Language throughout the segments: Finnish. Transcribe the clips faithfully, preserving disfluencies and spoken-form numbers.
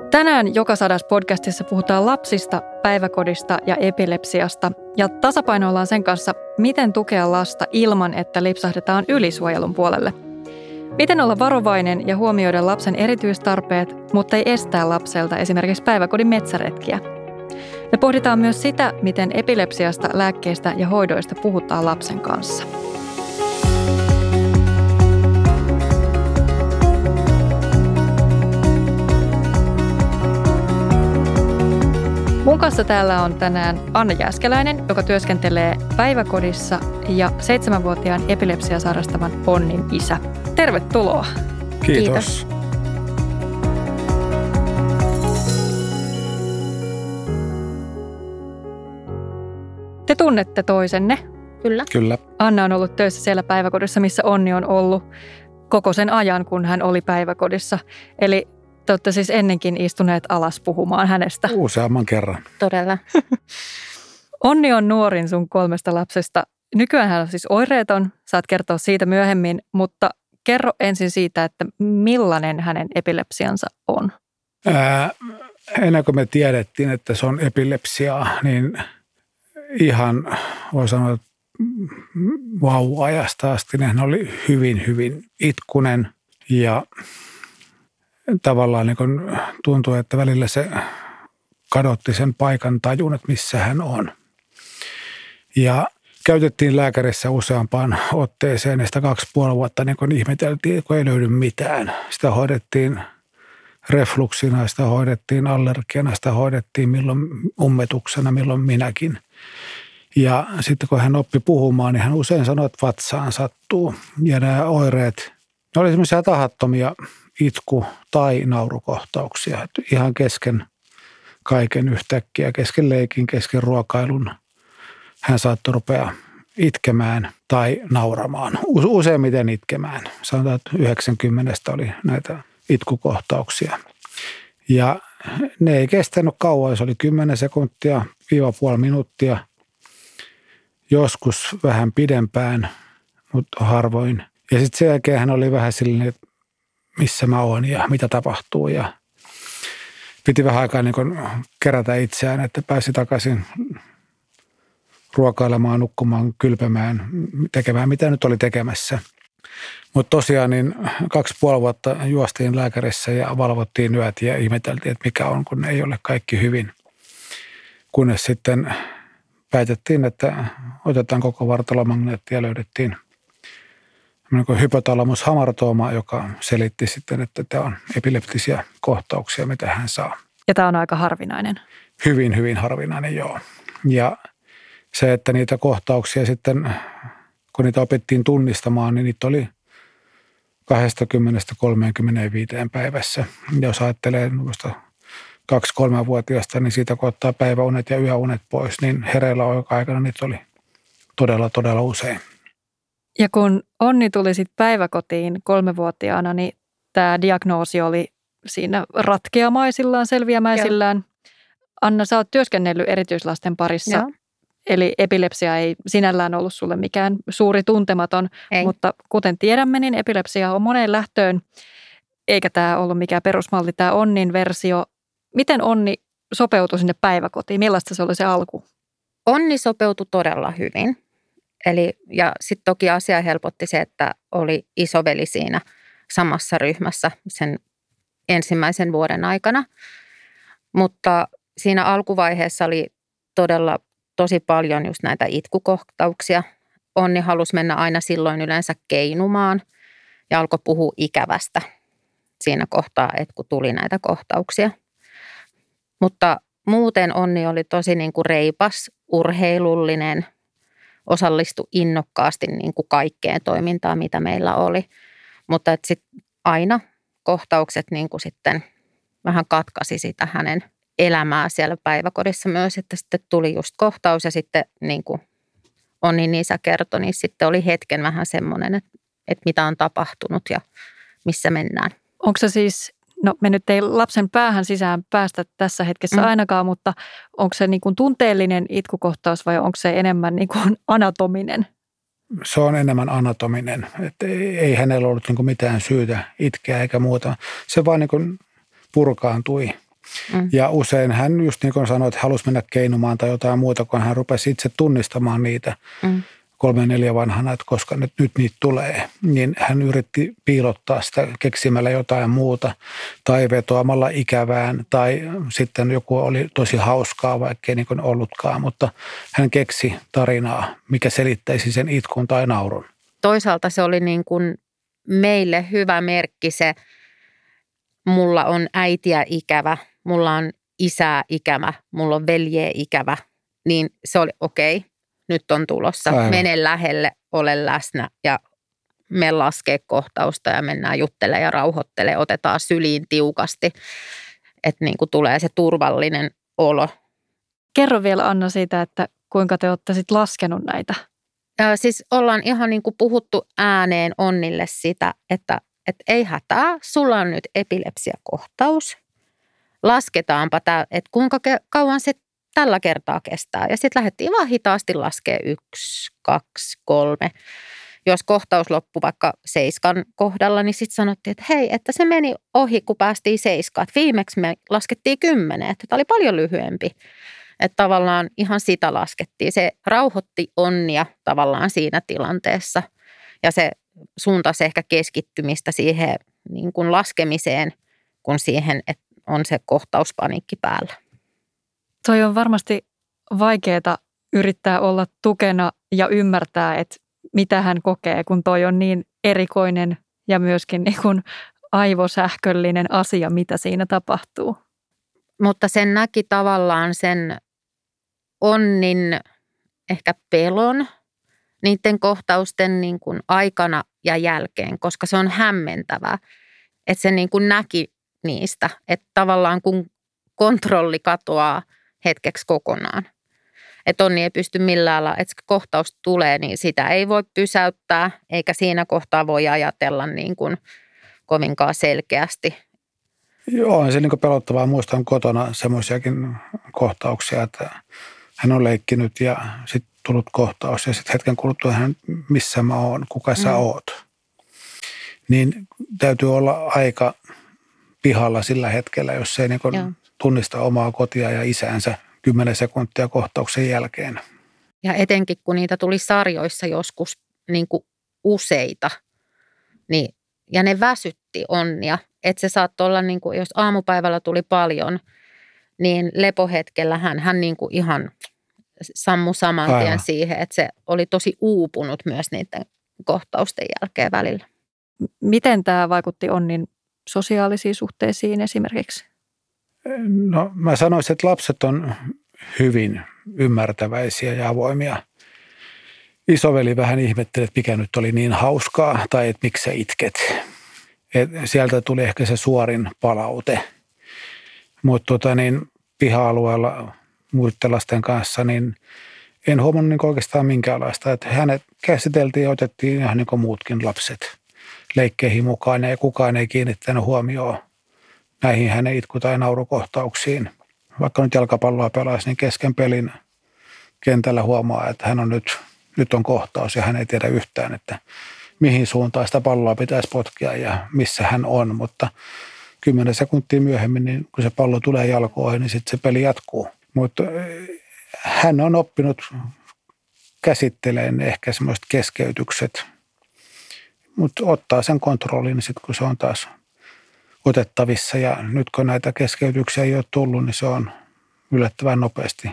Tänään Joka sadas podcastissa puhutaan lapsista, päiväkodista ja epilepsiasta ja tasapainoillaan sen kanssa, miten tukea lasta ilman, että lipsahdetaan ylisuojelun puolelle. Miten olla varovainen ja huomioida lapsen erityistarpeet, mutta ei estää lapselta esimerkiksi päiväkodin metsäretkiä. Me pohditaan myös sitä, miten epilepsiasta, lääkkeistä ja hoidoista puhutaan lapsen kanssa. Mun kanssa täällä on tänään Anna Jääskeläinen, joka työskentelee päiväkodissa ja seitsemänvuotiaan epilepsiaa sairastavan Onnin isä. Tervetuloa. Kiitos. Kiitos. Te tunnette toisenne. Kyllä. Kyllä. Anna on ollut töissä siellä päiväkodissa, missä Onni on ollut koko sen ajan, kun hän oli päiväkodissa. Eli te olette siis ennenkin istuneet alas puhumaan hänestä. Useamman kerran. Todella. Onni on nuorin sun kolmesta lapsesta. Nykyään hän on siis oireeton. Saat kertoa siitä myöhemmin, mutta kerro ensin siitä, että millainen hänen epilepsiansa on. Ää, ennen kuin me tiedettiin, että se on epilepsiaa, niin ihan voi sanoa, että vauva-ajasta asti niin hän oli hyvin, hyvin itkunen ja tavallaan niin kun tuntui, että välillä se kadotti sen paikan tajun, että missä hän on. Ja käytettiin lääkärissä useampaan otteeseen ja sitä kaksi puoli vuotta niin kun ihmeteltiin, kun ei löydy mitään. Sitä hoidettiin refluksina, sitä hoidettiin allergiana, sitä hoidettiin milloin ummetuksena, milloin minäkin. Ja sitten kun hän oppi puhumaan, niin hän usein sanoi, että vatsaan sattuu. Ja nämä oireet, ne oli semmoisia tahattomia itku- tai naurukohtauksia. Ihan kesken kaiken yhtäkkiä, kesken leikin, kesken ruokailun. Hän saattoi rupea itkemään tai nauramaan. Useimmiten itkemään. Sanotaan, että yhdeksänkymmentä oli näitä itkukohtauksia. Ja ne ei kestänyt kauan, se oli kymmenen sekuntia, viiva puoli minuuttia. Joskus vähän pidempään, mutta harvoin. Ja sitten sen jälkeen hän oli vähän silleen, että missä mä oon ja mitä tapahtuu. Ja piti vähän aikaa niin kuin kerätä itseään, että pääsi takaisin ruokailemaan, nukkumaan, kylpemään, tekemään mitä nyt oli tekemässä. Mutta tosiaan niin kaksi puoli vuotta juostiin lääkärissä ja valvottiin yöt ja ihmeteltiin, että mikä on, kun ei ole kaikki hyvin. Kunnes sitten päätettiin, että otetaan koko vartalomagneetti ja löydettiin hypotalamushamartooma, joka selitti sitten, että tämä on epileptisiä kohtauksia, mitä hän saa. Ja tämä on aika harvinainen. Hyvin, hyvin harvinainen, joo. Ja se, että niitä kohtauksia sitten, kun niitä opettiin tunnistamaan, niin niitä oli kaksikymmentä kolmekymmentäviisi päivässä. Jos ajattelee kaksi-kolmevuotiaasta, niin siitä kun ottaa päiväunet ja yöunet pois, niin hereillä aikana niitä oli todella, todella usein. Ja kun Onni tuli sitten päiväkotiin kolmevuotiaana, niin tämä diagnoosi oli siinä ratkeamaisillaan, selviämäisillään. Joo. Anna, sä oot työskennellyt erityislasten parissa. Joo. Eli epilepsia ei sinällään ollut sulle mikään suuri tuntematon, ei. Mutta kuten tiedämme, niin epilepsia on moneen lähtöön, eikä tämä ollut mikään perusmalli, tämä Onnin versio. Miten Onni sopeutui sinne päiväkotiin? Millaista se oli se alku? Onni sopeutui todella hyvin. Eli, ja sitten toki asia helpotti se, että oli isoveli siinä samassa ryhmässä sen ensimmäisen vuoden aikana. Mutta siinä alkuvaiheessa oli todella tosi paljon just näitä itkukohtauksia. Onni halusi mennä aina silloin yleensä keinumaan ja alkoi puhua ikävästä siinä kohtaa, että kun tuli näitä kohtauksia. Mutta muuten Onni oli tosi niin kuin reipas, urheilullinen, osallistui innokkaasti niin kuin kaikkeen toimintaan, mitä meillä oli. Mutta sitten aina kohtaukset niin kuin sitten vähän katkaisi sitä hänen elämää siellä päiväkodissa myös, että sitten tuli just kohtaus ja sitten niin kuin Onnin isä kertoi, niin sitten oli hetken vähän semmoinen, että, että mitä on tapahtunut ja missä mennään. Onko se siis, no me nyt ei lapsen päähän sisään päästä tässä hetkessä mm. ainakaan, mutta onko se niin kuin tunteellinen itkukohtaus vai onko se enemmän niin kuin anatominen? Se on enemmän anatominen, että ei hänellä ollut niin kuin mitään syytä itkeä eikä muuta. Se vaan niin kuin purkaantui. Mm. Ja usein hän just niin kuin sanoi, että halusi mennä keinumaan tai jotain muuta, kun hän rupesi itse tunnistamaan niitä mm. kolme neljä vanhana, että koska nyt, nyt niitä tulee. Niin hän yritti piilottaa sitä keksimällä jotain muuta tai vetoamalla ikävään tai sitten joku oli tosi hauskaa, vaikka ei niin kuin ollutkaan, mutta hän keksi tarinaa, mikä selittäisi sen itkun tai naurun. Toisaalta se oli niin kuin meille hyvä merkki se, mulla on äitiä ikävä, mulla on isää ikävä, mulla on veljeä ikävä, niin se oli okei, okay, nyt on tulossa. Aivan. Mene lähelle, ole läsnä ja me laskee kohtausta ja mennään juttelemaan ja rauhoittelemaan, otetaan syliin tiukasti, että niin kuin tulee se turvallinen olo. Kerro vielä Anna siitä, että kuinka te olette sitten laskenut näitä? Ja siis ollaan ihan niin kuin puhuttu ääneen Onnille sitä, että että ei hätää, sulla on nyt epilepsiakohtaus. Lasketaanpa, tämä, että kuinka kauan se tällä kertaa kestää. Ja sitten lähdettiin vaan hitaasti laskea yksi, kaksi, kolme. Jos kohtaus loppui vaikka seiskan kohdalla, niin sitten sanottiin, että hei, että se meni ohi, kun päästiin seiskaan. Että viimeksi me laskettiin kymmenen, että tämä oli paljon lyhyempi. Että tavallaan ihan sitä laskettiin. Se rauhoitti Onnia tavallaan siinä tilanteessa ja se suuntasi ehkä keskittymistä siihen niin kuin laskemiseen, kun siihen, että on se kohtauspaniikki päällä. Toi on varmasti vaikeaa yrittää olla tukena ja ymmärtää, että mitä hän kokee, kun toi on niin erikoinen ja myöskin niin kuin aivosähköllinen asia, mitä siinä tapahtuu. Mutta sen näki tavallaan sen Onnin ehkä pelon niiden kohtausten niin kuin aikana ja jälkeen, koska se on hämmentävää, että se niin kuin näki niistä, että tavallaan kun kontrolli katoaa hetkeksi kokonaan, että Onni ei pysty millään lailla, että se kohtaus tulee, niin sitä ei voi pysäyttää, eikä siinä kohtaa voi ajatella niin kuin kovinkaan selkeästi. Joo, on se niin kuin pelottavaa. Muistan kotona semmoisiakin kohtauksia, että hän on leikkinyt ja sitten tullut kohtaus ja sitten hetken kuluttua hän, missä mä oon, kuka sä mm. oot. Niin täytyy olla aika pihalla sillä hetkellä, jos ei niin kuin tunnista omaa kotia ja isäänsä kymmenen sekuntia kohtauksen jälkeen. Ja etenkin kun niitä tuli sarjoissa joskus niin kuin useita, niin, ja ne väsytti Onnia. Että se saattoi olla, niin kuin, jos aamupäivällä tuli paljon, niin lepohetkellä hän, hän niin kuin ihan sammu saman tien Aivan. siihen, että se oli tosi uupunut myös niiden kohtausten jälkeen välillä. Miten tämä vaikutti Onnin sosiaalisiin suhteisiin esimerkiksi? No mä sanoisin, että lapset on hyvin ymmärtäväisiä ja avoimia. Isoveli vähän ihmetteli, että mikä nyt oli niin hauskaa tai että miksi sä itket. Et sieltä tuli ehkä se suorin palaute. Mutta tota niin, piha-alueella muiden lasten kanssa, niin en huomannut niin oikeastaan minkäänlaista. Että hänet käsiteltiin ja otettiin ihan niin kuin muutkin lapset leikkeihin mukaan ja kukaan ei kiinnittänyt huomioon näihin hänen itku- tai naurukohtauksiin. Vaikka nyt jalkapalloa pelaisi, niin kesken pelin kentällä huomaa, että hän on nyt, nyt on kohtaus ja hän ei tiedä yhtään, että mihin suuntaan sitä palloa pitäisi potkia ja missä hän on. Mutta kymmenen sekuntia myöhemmin, niin kun se pallo tulee jalkoihin, niin sitten se peli jatkuu. Mutta hän on oppinut käsittelemään ehkä semmoiset keskeytykset, mutta ottaa sen kontrollin sitten, kun se on taas otettavissa. Ja nyt kun näitä keskeytyksiä ei ole tullut, niin se on yllättävän nopeasti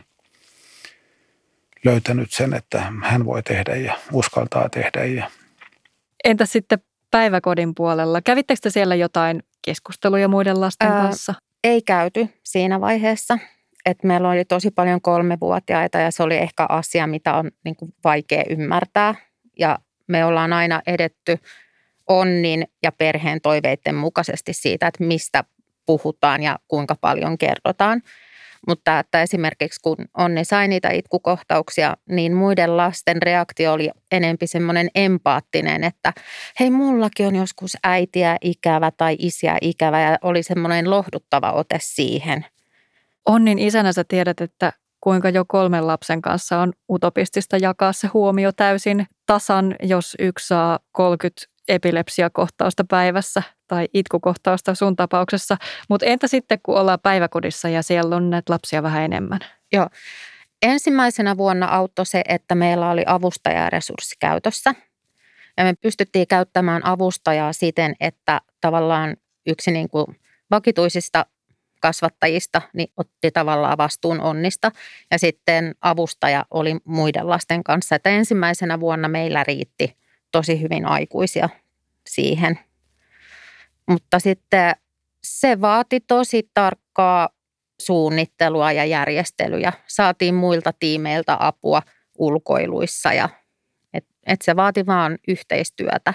löytänyt sen, että hän voi tehdä ja uskaltaa tehdä. Ja entä sitten päiväkodin puolella? Kävittekö te siellä jotain keskusteluja muiden lasten Ää, kanssa? Ei käyty siinä vaiheessa. Että meillä oli tosi paljon kolmevuotiaita ja se oli ehkä asia, mitä on niin kuin vaikea ymmärtää. Ja me ollaan aina edetty Onnin ja perheen toiveiden mukaisesti siitä, että mistä puhutaan ja kuinka paljon kerrotaan. Mutta että esimerkiksi kun Onni sai niitä itkukohtauksia, niin muiden lasten reaktio oli enempi semmoinen empaattinen, että hei, mullakin on joskus äitiä ikävä tai isiä ikävä ja oli semmoinen lohduttava ote siihen. Onnin isänä sä tiedät, että kuinka jo kolmen lapsen kanssa on utopistista jakaa se huomio täysin tasan, jos yksi saa kolmekymmentä epilepsiakohtausta päivässä tai itkukohtausta sun tapauksessa. Mutta entä sitten, kun ollaan päiväkodissa ja siellä on näitä lapsia vähän enemmän? Joo. Ensimmäisenä vuonna auttoi se, että meillä oli avustajaresurssi käytössä. Ja me pystyttiin käyttämään avustajaa siten, että tavallaan yksi niin kuin vakituisista kasvattajista niin otti tavallaan vastuun Onnista. Ja sitten avustaja oli muiden lasten kanssa. Että ensimmäisenä vuonna meillä riitti tosi hyvin aikuisia siihen. Mutta sitten se vaati tosi tarkkaa suunnittelua ja järjestelyjä. Saatiin muilta tiimeiltä apua ulkoiluissa ja et, et se vaati vaan yhteistyötä.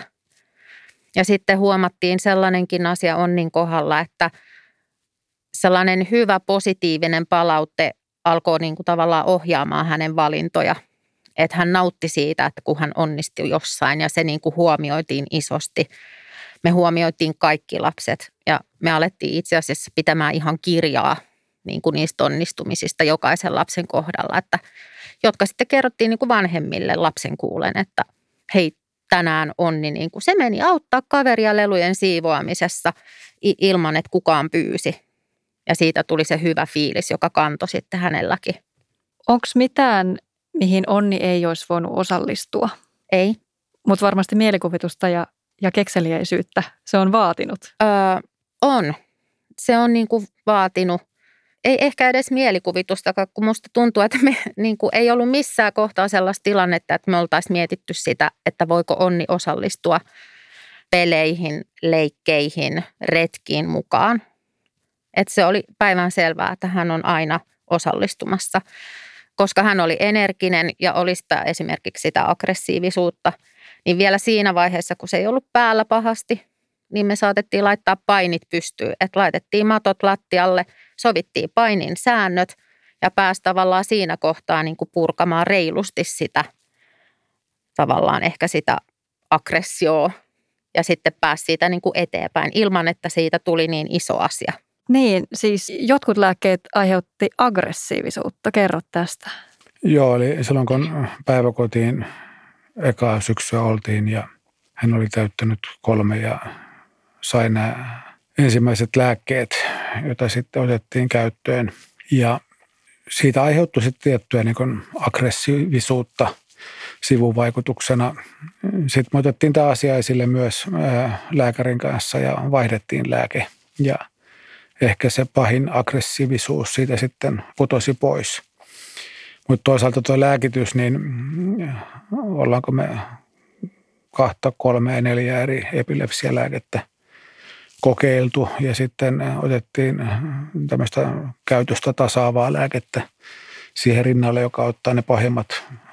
Ja sitten huomattiin sellainenkin asia Onnin kohdalla, että sellainen hyvä positiivinen palaute alkoi niin kuin tavallaan ohjaamaan hänen valintoja. Että hän nautti siitä, että kun hän onnistui jossain ja se niin kuin huomioitiin isosti. Me huomioitiin kaikki lapset ja me alettiin itse asiassa pitämään ihan kirjaa niin kuin niistä onnistumisista jokaisen lapsen kohdalla, että, jotka sitten kerrottiin niin kuin vanhemmille lapsen kuulen, että hei, tänään Onni, niin kuin se meni auttaa kaveria lelujen siivoamisessa ilman, että kukaan pyysi. Ja siitä tuli se hyvä fiilis, joka kantoi sitten hänelläkin. Onko mitään, mihin Onni ei olisi voinut osallistua? Ei. Mutta varmasti mielikuvitusta ja, ja kekseliäisyyttä se on vaatinut. Öö, on. Se on niin kuin vaatinut. Ei ehkä edes mielikuvitusta, kun musta tuntuu, että me niin kuin ei ollut missään kohtaa sellaista tilannetta, että me oltaisiin mietitty sitä, että voiko Onni osallistua peleihin, leikkeihin, retkiin mukaan. Että se oli päivän selvää, että hän on aina osallistumassa, koska hän oli energinen ja oli sitä esimerkiksi sitä aggressiivisuutta, niin vielä siinä vaiheessa, kun se ei ollut päällä pahasti, niin me saatettiin laittaa painit pystyyn, että laitettiin matot lattialle, sovittiin painin säännöt ja pääsi tavallaan siinä kohtaa niin kuin purkamaan reilusti sitä tavallaan ehkä sitä aggressioa ja sitten pääsi siitä niin kuin eteenpäin ilman, että siitä tuli niin iso asia. Niin, siis jotkut lääkkeet aiheutti aggressiivisuutta. Kerro tästä. Joo, eli silloin kun päiväkotiin ekaa syksyä oltiin ja hän oli täyttänyt kolme ja sai nämä ensimmäiset lääkkeet, joita sitten otettiin käyttöön. Ja siitä aiheutui sitten tiettyä niin kuin aggressiivisuutta sivuvaikutuksena. Sitten me otettiin tämä asia esille myös lääkärin kanssa ja vaihdettiin lääke. Ja ehkä se pahin aggressiivisuus siitä sitten putosi pois. Mutta toisaalta tuo lääkitys, niin ollaanko me kahta, kolme ja neljä eri epilepsialääkettä kokeiltu ja sitten otettiin tämmöistä käytöstä tasaavaa lääkettä siihen rinnalle, joka ottaa ne pahimmat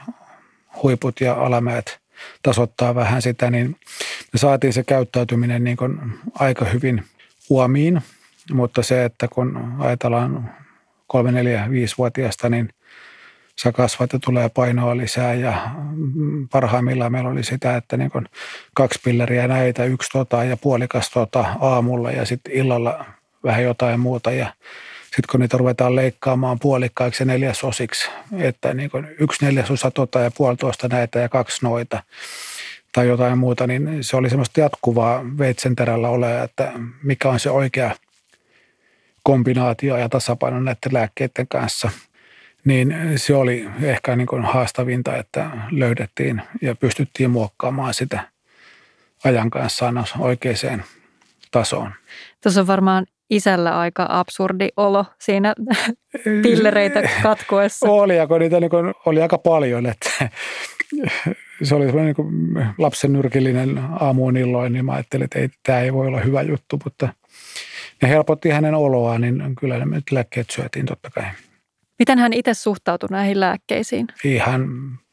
huiput ja alamäet, tasoittaa vähän sitä, niin me saatiin se käyttäytyminen niin kuin aika hyvin uomiin, mutta se, että kun ajatellaan kolme, neljä, viisivuotiaasta, niin sä kasvat ja tulee painoa lisää ja parhaimmillaan meillä oli sitä, että niin kuin kaksi pilleriä näitä, yksi tota ja puolikas tota aamulla ja sitten illalla vähän jotain muuta ja sitten kun niitä ruvetaan leikkaamaan puolikkaiksi ja neljäsosiksi, että niin kuin yksi neljäsosa tota ja puolitoista näitä ja kaksi noita tai jotain muuta, niin se oli semmoista jatkuvaa veitsenterällä olea, että mikä on se oikea kombinaatio ja tasapaino näiden lääkkeiden kanssa. Niin se oli ehkä niin kuin haastavinta, että löydettiin ja pystyttiin muokkaamaan sitä ajan kanssa aina oikeaan tasoon. Tuossa on varmaan isällä aika absurdi olo siinä pillereitä katkoessa. Oli, ja kun niitä niin kuin oli aika paljon, että se oli sellainen niin kuin lapsen nyrkillinen aamuun illoin, niin mä ajattelin, että ei, tämä ei voi olla hyvä juttu, mutta ne helpotti hänen oloaan, niin kyllä ne lääkkeet syötiin totta kai. Miten hän itse suhtautui näihin lääkkeisiin? Ihan,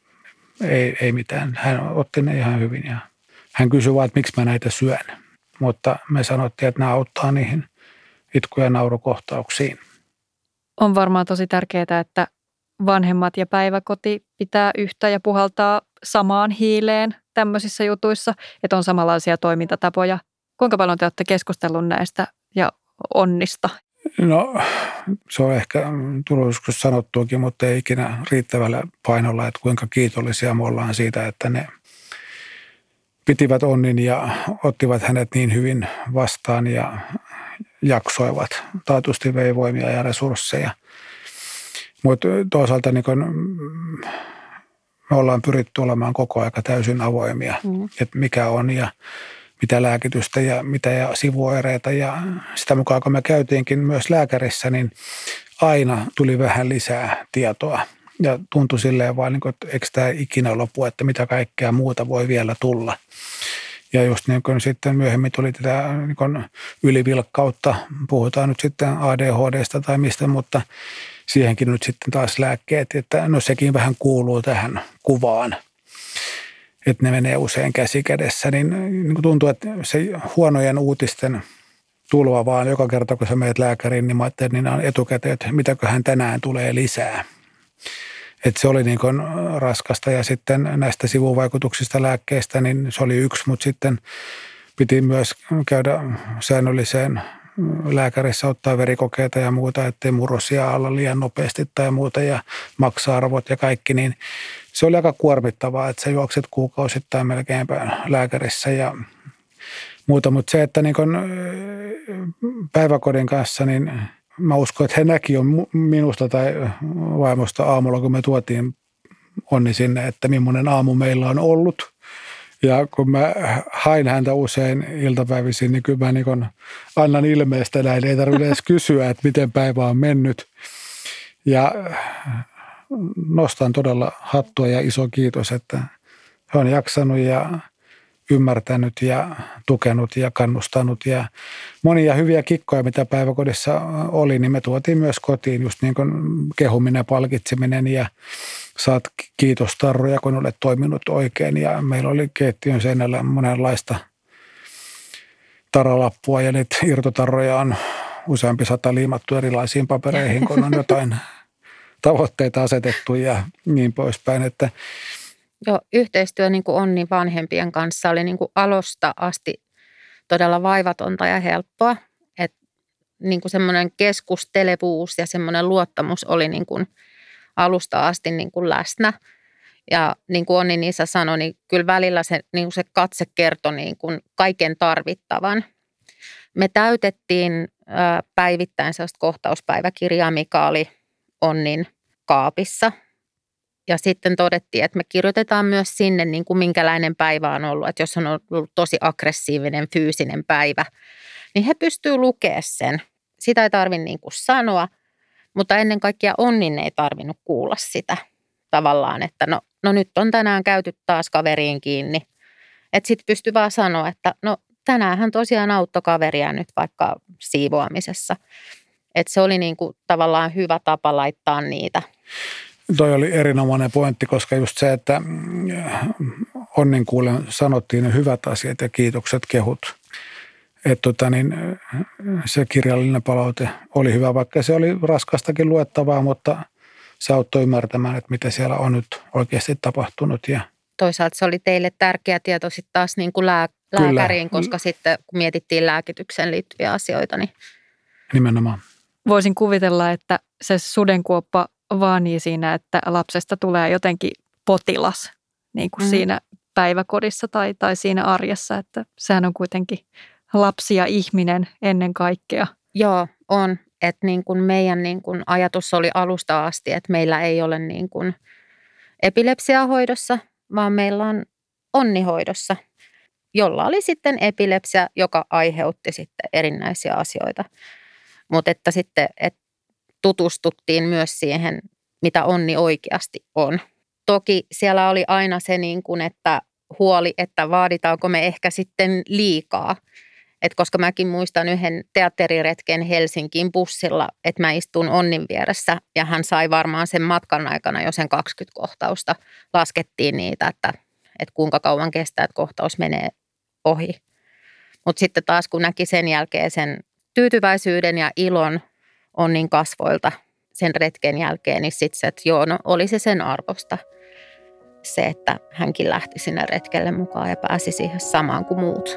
ei, ei mitään. Hän otti ne ihan hyvin ja hän kysyi vaan, että miksi mä näitä syön. Mutta me sanottiin, että nämä auttaa niihin itku- ja naurukohtauksiin. On varmaan tosi tärkeää, että vanhemmat ja päiväkoti pitää yhtä ja puhaltaa samaan hiileen tämmöisissä jutuissa, että on samanlaisia toimintatapoja. Kuinka paljon te olette keskustellut näistä ja Onnista? No se on ehkä tullut joskus sanottuakin, mutta ei ikinä riittävällä painolla, että kuinka kiitollisia me ollaan siitä, että ne pitivät Onnin ja ottivat hänet niin hyvin vastaan ja jaksoivat. Taatusti vei voimia ja resursseja. Mutta toisaalta niin kun me ollaan pyritty olemaan koko aika täysin avoimia, mm. että mikä on ja mitä lääkitystä ja mitä ja sivuoireita. Ja sitä mukaan, kun me käytiinkin myös lääkärissä, niin aina tuli vähän lisää tietoa. Ja tuntui silleen vaan, että eikö tämä ikinä lopu, että mitä kaikkea muuta voi vielä tulla. Ja just niin kuin sitten myöhemmin tuli tätä niin kuin ylivilkkautta, puhutaan nyt sitten A D H D:stä tai mistä, mutta siihenkin nyt sitten taas lääkkeet, että no sekin vähän kuuluu tähän kuvaan, että ne menee usein käsi kädessä, niin, niin tuntuu, että se huonojen uutisten tulva vaan joka kerta, kun sä menet lääkäriin, niin mä ajattelin, niin on etukäteen, että mitäköhän tänään tulee lisää. Että se oli niin kuin raskasta ja sitten näistä sivuvaikutuksista lääkkeistä, niin se oli yksi, mutta sitten piti myös käydä säännölliseen lääkärissä ottaa verikokeita ja muuta, ettei murrosia alla liian nopeasti tai muuta ja maksa-arvot ja kaikki, niin se oli aika kuormittavaa, että sä juokset kuukausittain melkeinpä lääkärissä ja muuta, mutta se, että niin kun päiväkodin kanssa, niin mä uskon, että he näki jo minusta tai vaimosta aamulla, kun me tuotiin Onni sinne, että millainen aamu meillä on ollut. Ja kun mä hain häntä usein iltapäivisin, niin kyllä mä niin kun annan ilmeistä näin. Ei tarvitse edes kysyä, että miten päivä on mennyt. Ja nostan todella hattua ja iso kiitos, että he on jaksanut ja ymmärtänyt ja tukenut ja kannustanut ja monia hyviä kikkoja, mitä päiväkodissa oli, niin me tuotiin myös kotiin just niin kuin kehuminen, palkitseminen ja saat kiitostarroja, kun olet toiminut oikein ja meillä oli keittiön seinällä monenlaista taralappua ja niitä irtotarroja on useampi sata liimattu erilaisiin papereihin, kun on jotain tavoitteita asetettu ja niin poispäin, että Joo, yhteistyö niin kuin Onnin vanhempien kanssa oli niin kuin alusta asti todella vaivatonta ja helppoa. Että niin kuin semmoinen keskustelevuus ja semmoinen luottamus oli niin kuin alusta asti niin kuin läsnä. Ja niin kuin Onnin isä sanoi, niin kyllä välillä se, niin kuin se katse kertoi niin kuin kaiken tarvittavan. Me täytettiin ää, päivittäin sellaista kohtauspäiväkirjaa, mikä oli Onnin kaapissa. Ja sitten todettiin, että me kirjoitetaan myös sinne, niin kuin minkälainen päivä on ollut. Että jos on ollut tosi aggressiivinen fyysinen päivä, niin he pystyy lukemaan sen. Sitä ei tarvitse niin kuin sanoa, mutta ennen kaikkea Onnin ei tarvinnut kuulla sitä tavallaan, että no, no nyt on tänään käyty taas kaveriin kiinni. Että sitten pystyy vaan sanoa, että no tänään hän tosiaan auttoi kaveria nyt vaikka siivoamisessa. Että se oli niin kuin tavallaan hyvä tapa laittaa niitä. Toi oli erinomainen pointti, koska just se, että Onnin kuulen sanottiin ne hyvät asiat ja kiitokset, kehut. Että tota niin, se kirjallinen palaute oli hyvä, vaikka se oli raskastakin luettavaa, mutta se auttoi ymmärtämään, että mitä siellä on nyt oikeasti tapahtunut. Ja toisaalta se oli teille tärkeä tieto sitten taas niin kuin lää, lääkäriin, koska sitten kun mietittiin lääkitykseen liittyviä asioita. Niin nimenomaan. Voisin kuvitella, että se sudenkuoppa vaanii siinä, että lapsesta tulee jotenkin potilas niin kuin mm. siinä päiväkodissa tai, tai siinä arjessa, että sehän on kuitenkin lapsi ja ihminen ennen kaikkea. Joo, on. Että niin kuin meidän niin kuin ajatus oli alusta asti, että meillä ei ole niin kuin epilepsiahoidossa, vaan meillä on onnihoidossa, jolla oli sitten epilepsia, joka aiheutti sitten erinäisiä asioita. Mutta että sitten että tutustuttiin myös siihen, mitä Onni oikeasti on. Toki siellä oli aina se, niin kuin, että huoli, että vaaditaanko me ehkä sitten liikaa. Et koska mäkin muistan yhden teatteriretken Helsinkiin bussilla, että mä istun Onnin vieressä ja hän sai varmaan sen matkan aikana jo sen kaksikymmentä kohtausta. Laskettiin niitä, että, että kuinka kauan kestää, että kohtaus menee ohi. Mutta sitten taas kun näki sen jälkeen sen tyytyväisyyden ja ilon Onnin kasvoilta sen retken jälkeen, niin sitten se, että joo, no oli se sen arvosta. Se, että hänkin lähti sinne retkelle mukaan ja pääsi siihen samaan kuin muut.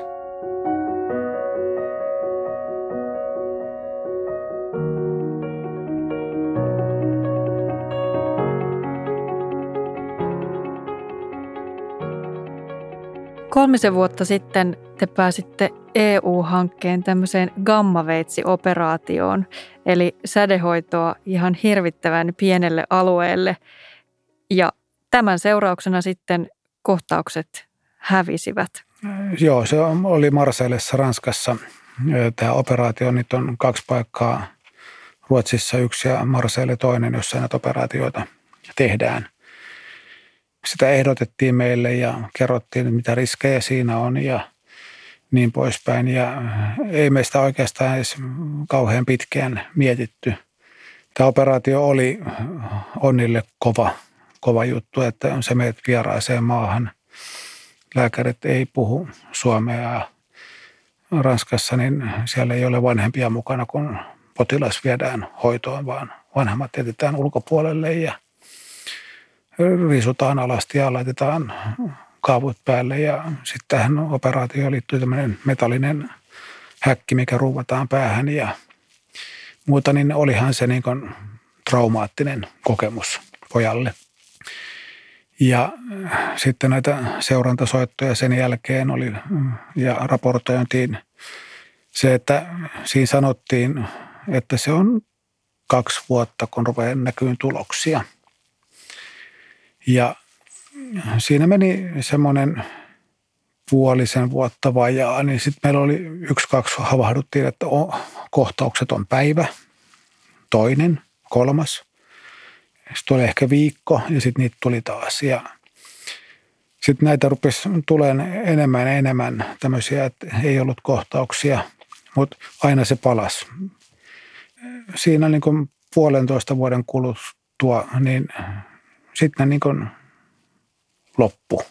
Kolmisen vuotta sitten te pääsitte E U-hankkeen tämmöiseen gammaveitsi-operaatioon, eli sädehoitoa ihan hirvittävän pienelle alueelle. Ja tämän seurauksena sitten kohtaukset hävisivät. Joo, se oli Marseillessa Ranskassa. Tämä operaatio, nyt on kaksi paikkaa, Ruotsissa yksi ja Marseille toinen, jossa näitä operaatioita tehdään. Sitä ehdotettiin meille ja kerrottiin, mitä riskejä siinä on ja niin poispäin. Ja ei meistä oikeastaan edes kauhean pitkään mietitty. Tämä operaatio oli Onnille kova, kova juttu, että se menet vieraaseen maahan. Lääkärit ei puhu suomea. Ranskassa niin siellä ei ole vanhempia mukana, kun potilas viedään hoitoon, vaan vanhemmat jätetään ulkopuolelle ja riisutaan alasti ja laitetaan kaavut päälle. Ja sitten tähän operaatioon liittyy tämmöinen metallinen häkki, mikä ruuvataan päähän ja muuta, niin olihan se niin kuin traumaattinen kokemus pojalle. Ja sitten näitä seurantasoittoja sen jälkeen oli ja raportointiin se, että siinä sanottiin, että se on kaksi vuotta, kun rupeaa näkyyn tuloksia. Ja siinä meni semmoinen puolisen vuotta vajaa, niin sitten meillä oli yksi, kaksi havahduttiin, että kohtaukset on päivä, toinen, kolmas. Sitten tuli ehkä viikko ja sitten niitä tuli taas. Ja sitten näitä rupesi tulemaan enemmän ja enemmän tämmöisiä, että ei ollut kohtauksia, mutta aina se palasi. Siinä niin kuin puolentoista vuoden kuluttua, niin sitten ne niin kuin loppu.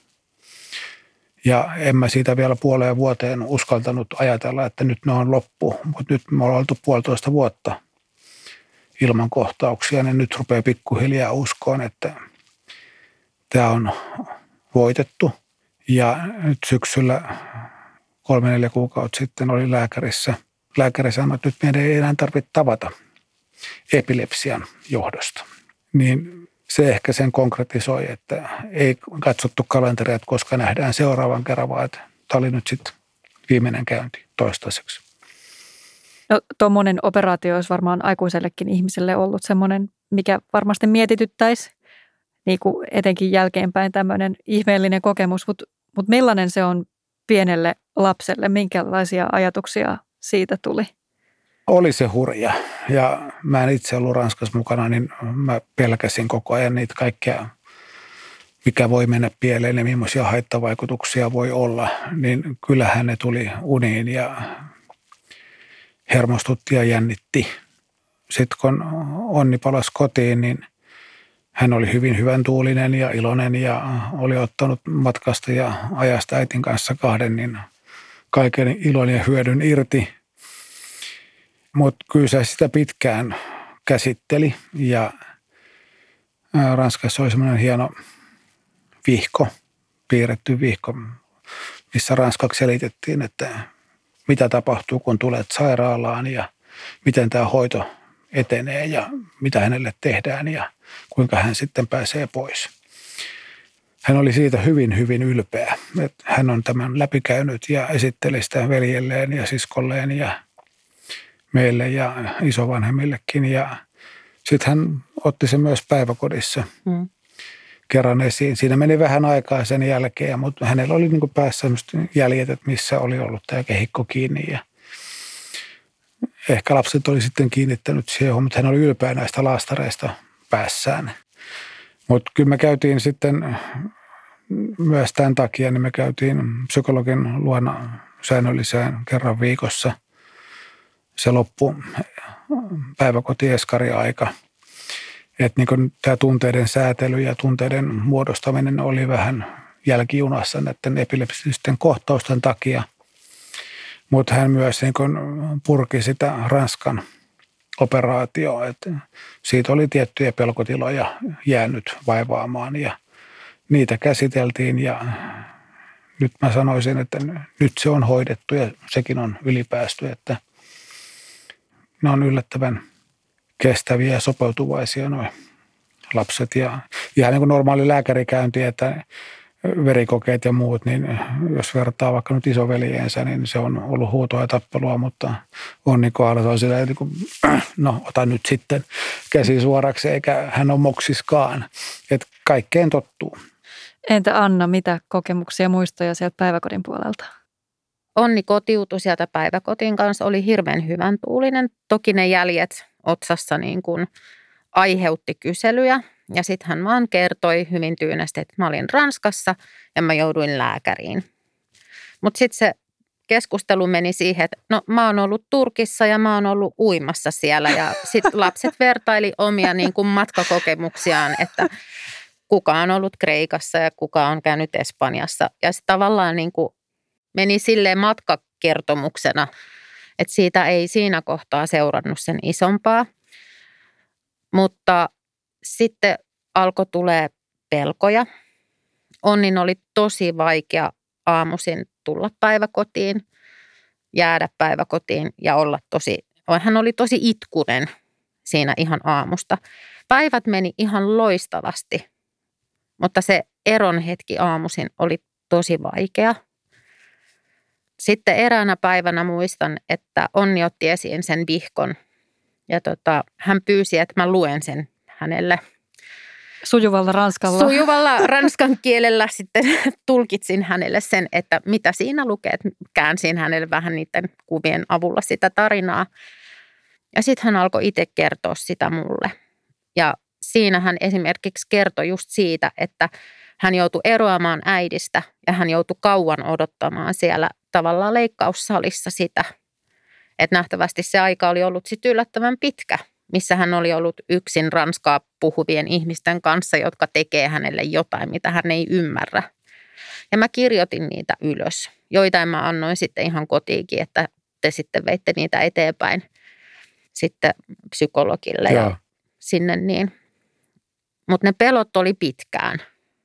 Ja en mä siitä vielä puoleen vuoteen uskaltanut ajatella, että nyt ne on loppu, mutta nyt me ollaan oltu puolitoista vuotta ilman kohtauksia, niin nyt rupeaa pikkuhiljaa uskoon, että tämä on voitettu. Ja nyt syksyllä kolme neljä kuukautta sitten oli lääkärissä. Lääkäri sanoi, että nyt meidän ei enää tarvitse tavata epilepsian johdosta. Niin se ehkä sen konkretisoi, että ei katsottu kalenteria, että koska nähdään seuraavan kerran, vaan että tämä oli nyt sitten viimeinen käynti toistaiseksi. No tuommoinen operaatio olisi varmaan aikuisellekin ihmiselle ollut semmoinen, mikä varmasti mietityttäisi, niin kuin etenkin jälkeenpäin tämmöinen ihmeellinen kokemus, mutta, mutta millainen se on pienelle lapselle, minkälaisia ajatuksia siitä tuli? Oli se hurja ja mä en itse ollut Ranskassa mukana, niin mä pelkäsin koko ajan niitä kaikkea, mikä voi mennä pieleen ja millaisia haittavaikutuksia voi olla, niin kyllähän ne tuli uniin ja hermostutti ja jännitti. Sitten kun Onni palasi kotiin, niin hän oli hyvin hyvän tuulinen ja iloinen ja oli ottanut matkasta ja ajasta äitin kanssa kahden, niin kaiken ilon ja hyödyn irti. Mutta kyllä se sitä pitkään käsitteli ja Ranskassa oli semmoinen hieno vihko, piirretty vihko, missä ranskaksi selitettiin, että mitä tapahtuu, kun tulet sairaalaan ja miten tämä hoito etenee ja mitä hänelle tehdään ja kuinka hän sitten pääsee pois. Hän oli siitä hyvin, hyvin ylpeä, että hän on tämän läpikäynyt ja esitteli sitä veljelleen ja siskolleen ja meille ja isovanhemmillekin. Ja sitten hän otti sen myös päiväkodissa mm. kerran esiin. Siinä meni vähän aikaa sen jälkeen, mutta hänellä oli niin kuin päässä sellaiset jäljet, että missä oli ollut tämä kehikko kiinni. Ja ehkä lapset oli sitten kiinnittänyt siihen, mutta hän oli ylpeä näistä laastareista päässään. Mutta kyllä me käytiin sitten myös tämän takia, niin me käytiin psykologin luona säännölliseen kerran viikossa. Se loppui päiväkotieskari-aika. Että niin tämä tunteiden säätely ja tunteiden muodostaminen oli vähän jälkijunassa näiden epilepsisten kohtausten takia. Mutta hän myös niin purki sitä Ranskan operaatioa, että siitä oli tiettyjä pelkotiloja jäänyt vaivaamaan ja niitä käsiteltiin ja nyt mä sanoisin, että nyt se on hoidettu ja sekin on ylipäästy, että ne on yllättävän kestäviä ja sopeutuvaisia nuo lapset ja ihan niin kuin normaali lääkärikäynti, että verikokeet ja muut, niin jos vertaa vaikka nyt isoveljeensä, niin se on ollut huutoa ja tappelua, mutta Onni kohdalla se on sillä, että no ota nyt sitten käsi suoraksi, eikä hän ole moksiskaan, että kaikkeen tottuu. Entä Anna, mitä kokemuksia ja muistoja sieltä päiväkodin puolelta? Onni kotiutui sieltä päiväkotiin kanssa, oli hirveän hyvän tuulinen. Toki ne jäljet otsassa niin kuin aiheutti kyselyjä ja sitten hän vaan kertoi hyvin tyynesti, että mä olin Ranskassa ja mä jouduin lääkäriin. Mutta sitten se keskustelu meni siihen, että no mä oon ollut Turkissa ja mä oon ollut uimassa siellä ja sitten lapset vertaili omia niin kuin matkakokemuksiaan, että kuka on ollut Kreikassa ja kuka on käynyt Espanjassa ja sitten tavallaan niin kuin meni silleen matkakertomuksena, että siitä ei siinä kohtaa seurannut sen isompaa. Mutta sitten alkoi tulee pelkoja. Onnin oli tosi vaikea aamuisin tulla päiväkotiin, jäädä päiväkotiin ja olla tosi, hän oli tosi itkunen siinä ihan aamusta. Päivät meni ihan loistavasti, mutta se eron hetki aamuisin oli tosi vaikea. Sitten eräänä päivänä muistan, että Onni otti esiin sen vihkon ja tota, hän pyysi, että mä luen sen hänelle. Sujuvalla ranskalla. Sujuvalla ranskan kielellä sitten tulkitsin hänelle sen, että mitä siinä lukee. Käänsin hänelle vähän niiden kuvien avulla sitä tarinaa. Ja sitten hän alkoi itse kertoa sitä mulle. Ja siinä hän esimerkiksi kertoi just siitä, että hän joutui eroamaan äidistä ja hän joutui kauan odottamaan siellä tavallaan leikkaussalissa sitä. Että nähtävästi se aika oli ollut sitten yllättävän pitkä, missä hän oli ollut yksin ranskaa puhuvien ihmisten kanssa, jotka tekee hänelle jotain, mitä hän ei ymmärrä. Ja mä kirjoitin niitä ylös. Joitain mä annoin sitten ihan kotiinkin, että te sitten veitte niitä eteenpäin sitten psykologille ja, ja sinne niin. Mutta ne pelot oli pitkään.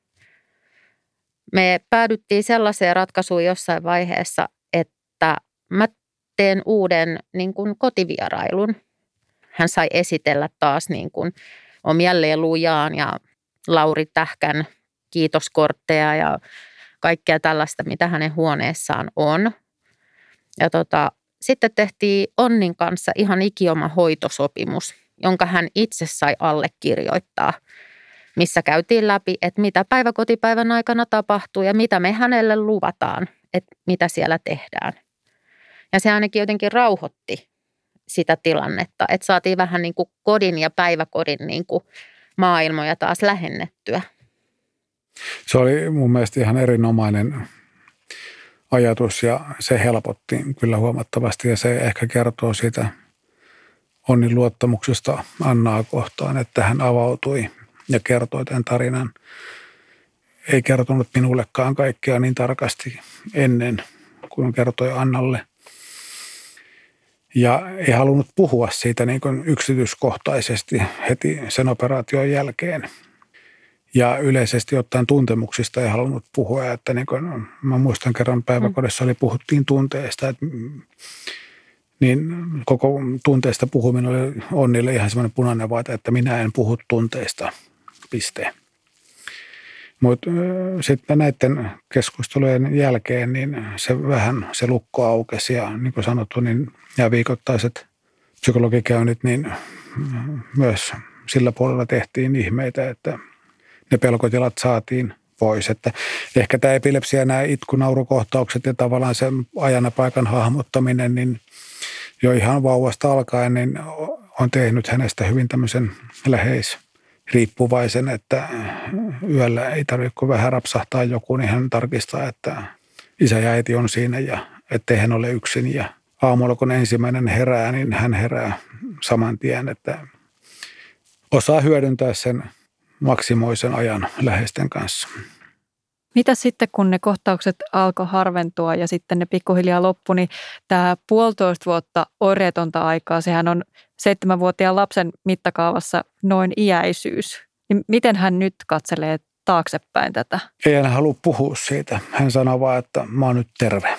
Me päädyttiin sellaiseen ratkaisuun jossain vaiheessa, että mä teen uuden niin kuin kotivierailun. Hän sai esitellä taas niin kuin omia lelujaan ja Lauri Tähkän kiitoskortteja ja kaikkea tällaista, mitä hänen huoneessaan on. Ja tota, sitten tehtiin Onnin kanssa ihan ikioma hoitosopimus, jonka hän itse sai allekirjoittaa, missä käytiin läpi, että mitä päiväkotipäivän aikana tapahtuu ja mitä me hänelle luvataan, että mitä siellä tehdään. Ja se ainakin jotenkin rauhoitti sitä tilannetta, että saatiin vähän niin kuin kodin ja päiväkodin niin kuin maailmoja taas lähennettyä. Se oli mun mielestä ihan erinomainen ajatus ja se helpotti kyllä huomattavasti ja se ehkä kertoo siitä Onnin luottamuksesta Annaa kohtaan, että hän avautui ja kertoi tämän tarinan. Ei kertonut minullekaan kaikkea niin tarkasti ennen kuin kertoi Annalle. Ja ei halunnut puhua siitä niin kuin yksityiskohtaisesti heti sen operaation jälkeen. Ja yleisesti ottaen tuntemuksista ei halunnut puhua. Että niin kuin, mä muistan kerran päiväkodissa oli puhuttiin tunteista. Että, niin koko tunteista puhuminen oli Onnille ihan semmoinen punainen vaate, että minä en puhu tunteista. Piste. Mutta sitten näiden keskustelujen jälkeen niin se vähän se lukko aukesi ja niin kuin sanottu, niin nämä viikoittaiset psykologikäynnit, niin myös sillä puolella tehtiin ihmeitä, että ne pelkotilat saatiin pois. Että ehkä tämä epilepsia, nämä itkunaurukohtaukset ja tavallaan se ajan ja paikan hahmottaminen, niin jo ihan vauvasta alkaen niin on tehnyt hänestä hyvin tämmöisen läheis riippuvaisen, että yöllä ei tarvitse, kun vähän rapsahtaa joku, niin hän tarkistaa, että isä ja äiti on siinä ja ettei hän ole yksin. Ja aamulla, kun ensimmäinen herää, niin hän herää saman tien, että osaa hyödyntää sen maksimoisen ajan läheisten kanssa. Mitä sitten, kun ne kohtaukset alkoi harventua ja sitten ne pikkuhiljaa loppui, niin tämä puolitoista vuotta oireetonta aikaa, sehän on seitsemänvuotiaan lapsen mittakaavassa noin iäisyys. Niin miten hän nyt katselee taaksepäin tätä? Ei hän halua puhua siitä. Hän sanoo vaan, että mä oon nyt terve.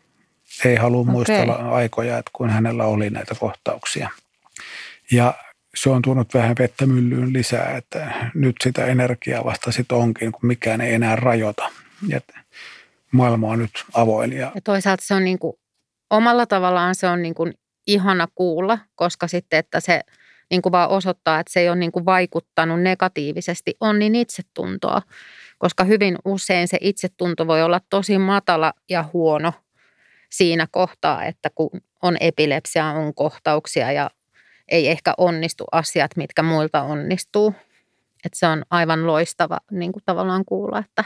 Ei halua okay. muistella aikoja, että kun hänellä oli näitä kohtauksia. Ja se on tuonut vähän vettä myllyyn lisää, että nyt sitä energiaa vasta sitten onkin, kun mikään ei enää rajoita. Ja maailma on nyt avoin. Ja, ja toisaalta se on niin kuin, omalla tavallaan se on niin kuin ihana kuulla, koska sitten, että se niin kuin vaan osoittaa, että se ei ole niin kuin vaikuttanut negatiivisesti Onnin itsetuntoa, koska hyvin usein se itsetunto voi olla tosi matala ja huono siinä kohtaa, että kun on epilepsia, on kohtauksia ja ei ehkä onnistu asiat, mitkä muilta onnistuu. Että se on aivan loistava niin kuin tavallaan kuulla, että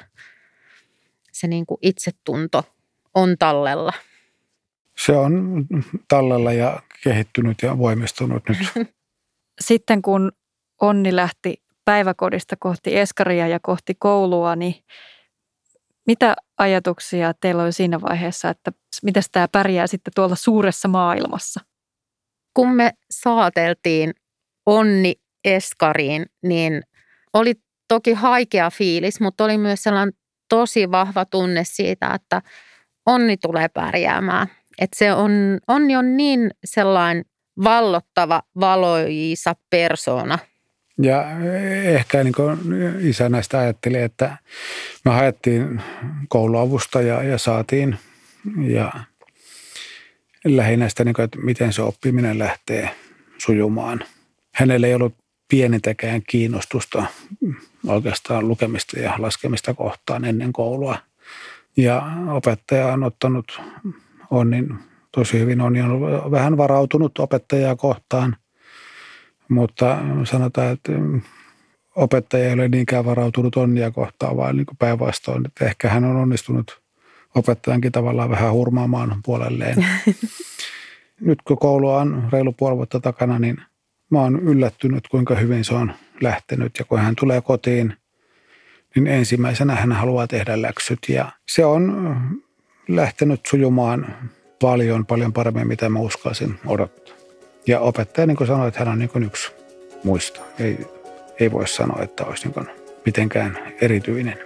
se niin kuin itsetunto on tallella. Se on tallella ja kehittynyt ja voimistunut nyt. Sitten kun Onni lähti päiväkodista kohti eskaria ja kohti koulua, niin mitä ajatuksia teillä oli siinä vaiheessa, että miten tämä pärjää sitten tuolla suuressa maailmassa? Kun me saateltiin Onni eskariin, niin oli toki haikea fiilis, mutta oli myös sellainen tosi vahva tunne siitä, että Onni tulee pärjäämään. Että se on, Onni on niin sellainen vallottava, valoisa persoona. Ja ehkä niin kuin isä näistä ajatteli, että me haettiin kouluavustajaa ja saatiin. Ja lähinnä sitä, että miten se oppiminen lähtee sujumaan. Hänellä ei ollut pienintäkään kiinnostusta oikeastaan lukemista ja laskemista kohtaan ennen koulua. Ja opettaja on ottanut Onnin tosi hyvin. Onni on vähän varautunut opettajaa kohtaan, mutta sanotaan, että opettaja ei ole niinkään varautunut Onnia kohtaan, vaan niin päinvastoin. Että ehkä hän on onnistunut opettajankin tavallaan vähän hurmaamaan puolelleen. Nyt kun koulua on reilu puoli vuotta takana, niin mä oon yllättynyt, kuinka hyvin se on lähtenyt. Ja kun hän tulee kotiin, niin ensimmäisenä hän haluaa tehdä läksyt. Ja se on lähtenyt sujumaan paljon, paljon paremmin, mitä mä uskaisin odottaa. Ja opettaja niin kuin sanoi, että hän on niin kuin yksi muista. Ei, ei voi sanoa, että olisi niin kuin mitenkään erityinen.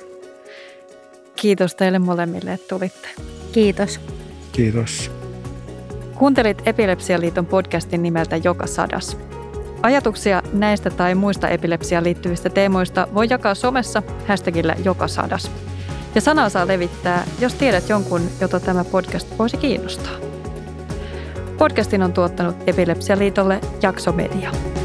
Kiitos teille molemmille, että tulitte. Kiitos. Kiitos. Kuuntelit Epilepsialiiton podcastin nimeltä Joka sadas. Ajatuksia näistä tai muista epilepsiaan liittyvistä teemoista voi jakaa somessa hashtagillä Joka sadas. Ja sanaa saa levittää, jos tiedät jonkun, jota tämä podcast voisi kiinnostaa. Podcastin on tuottanut Epilepsialiitolle Jakso Media.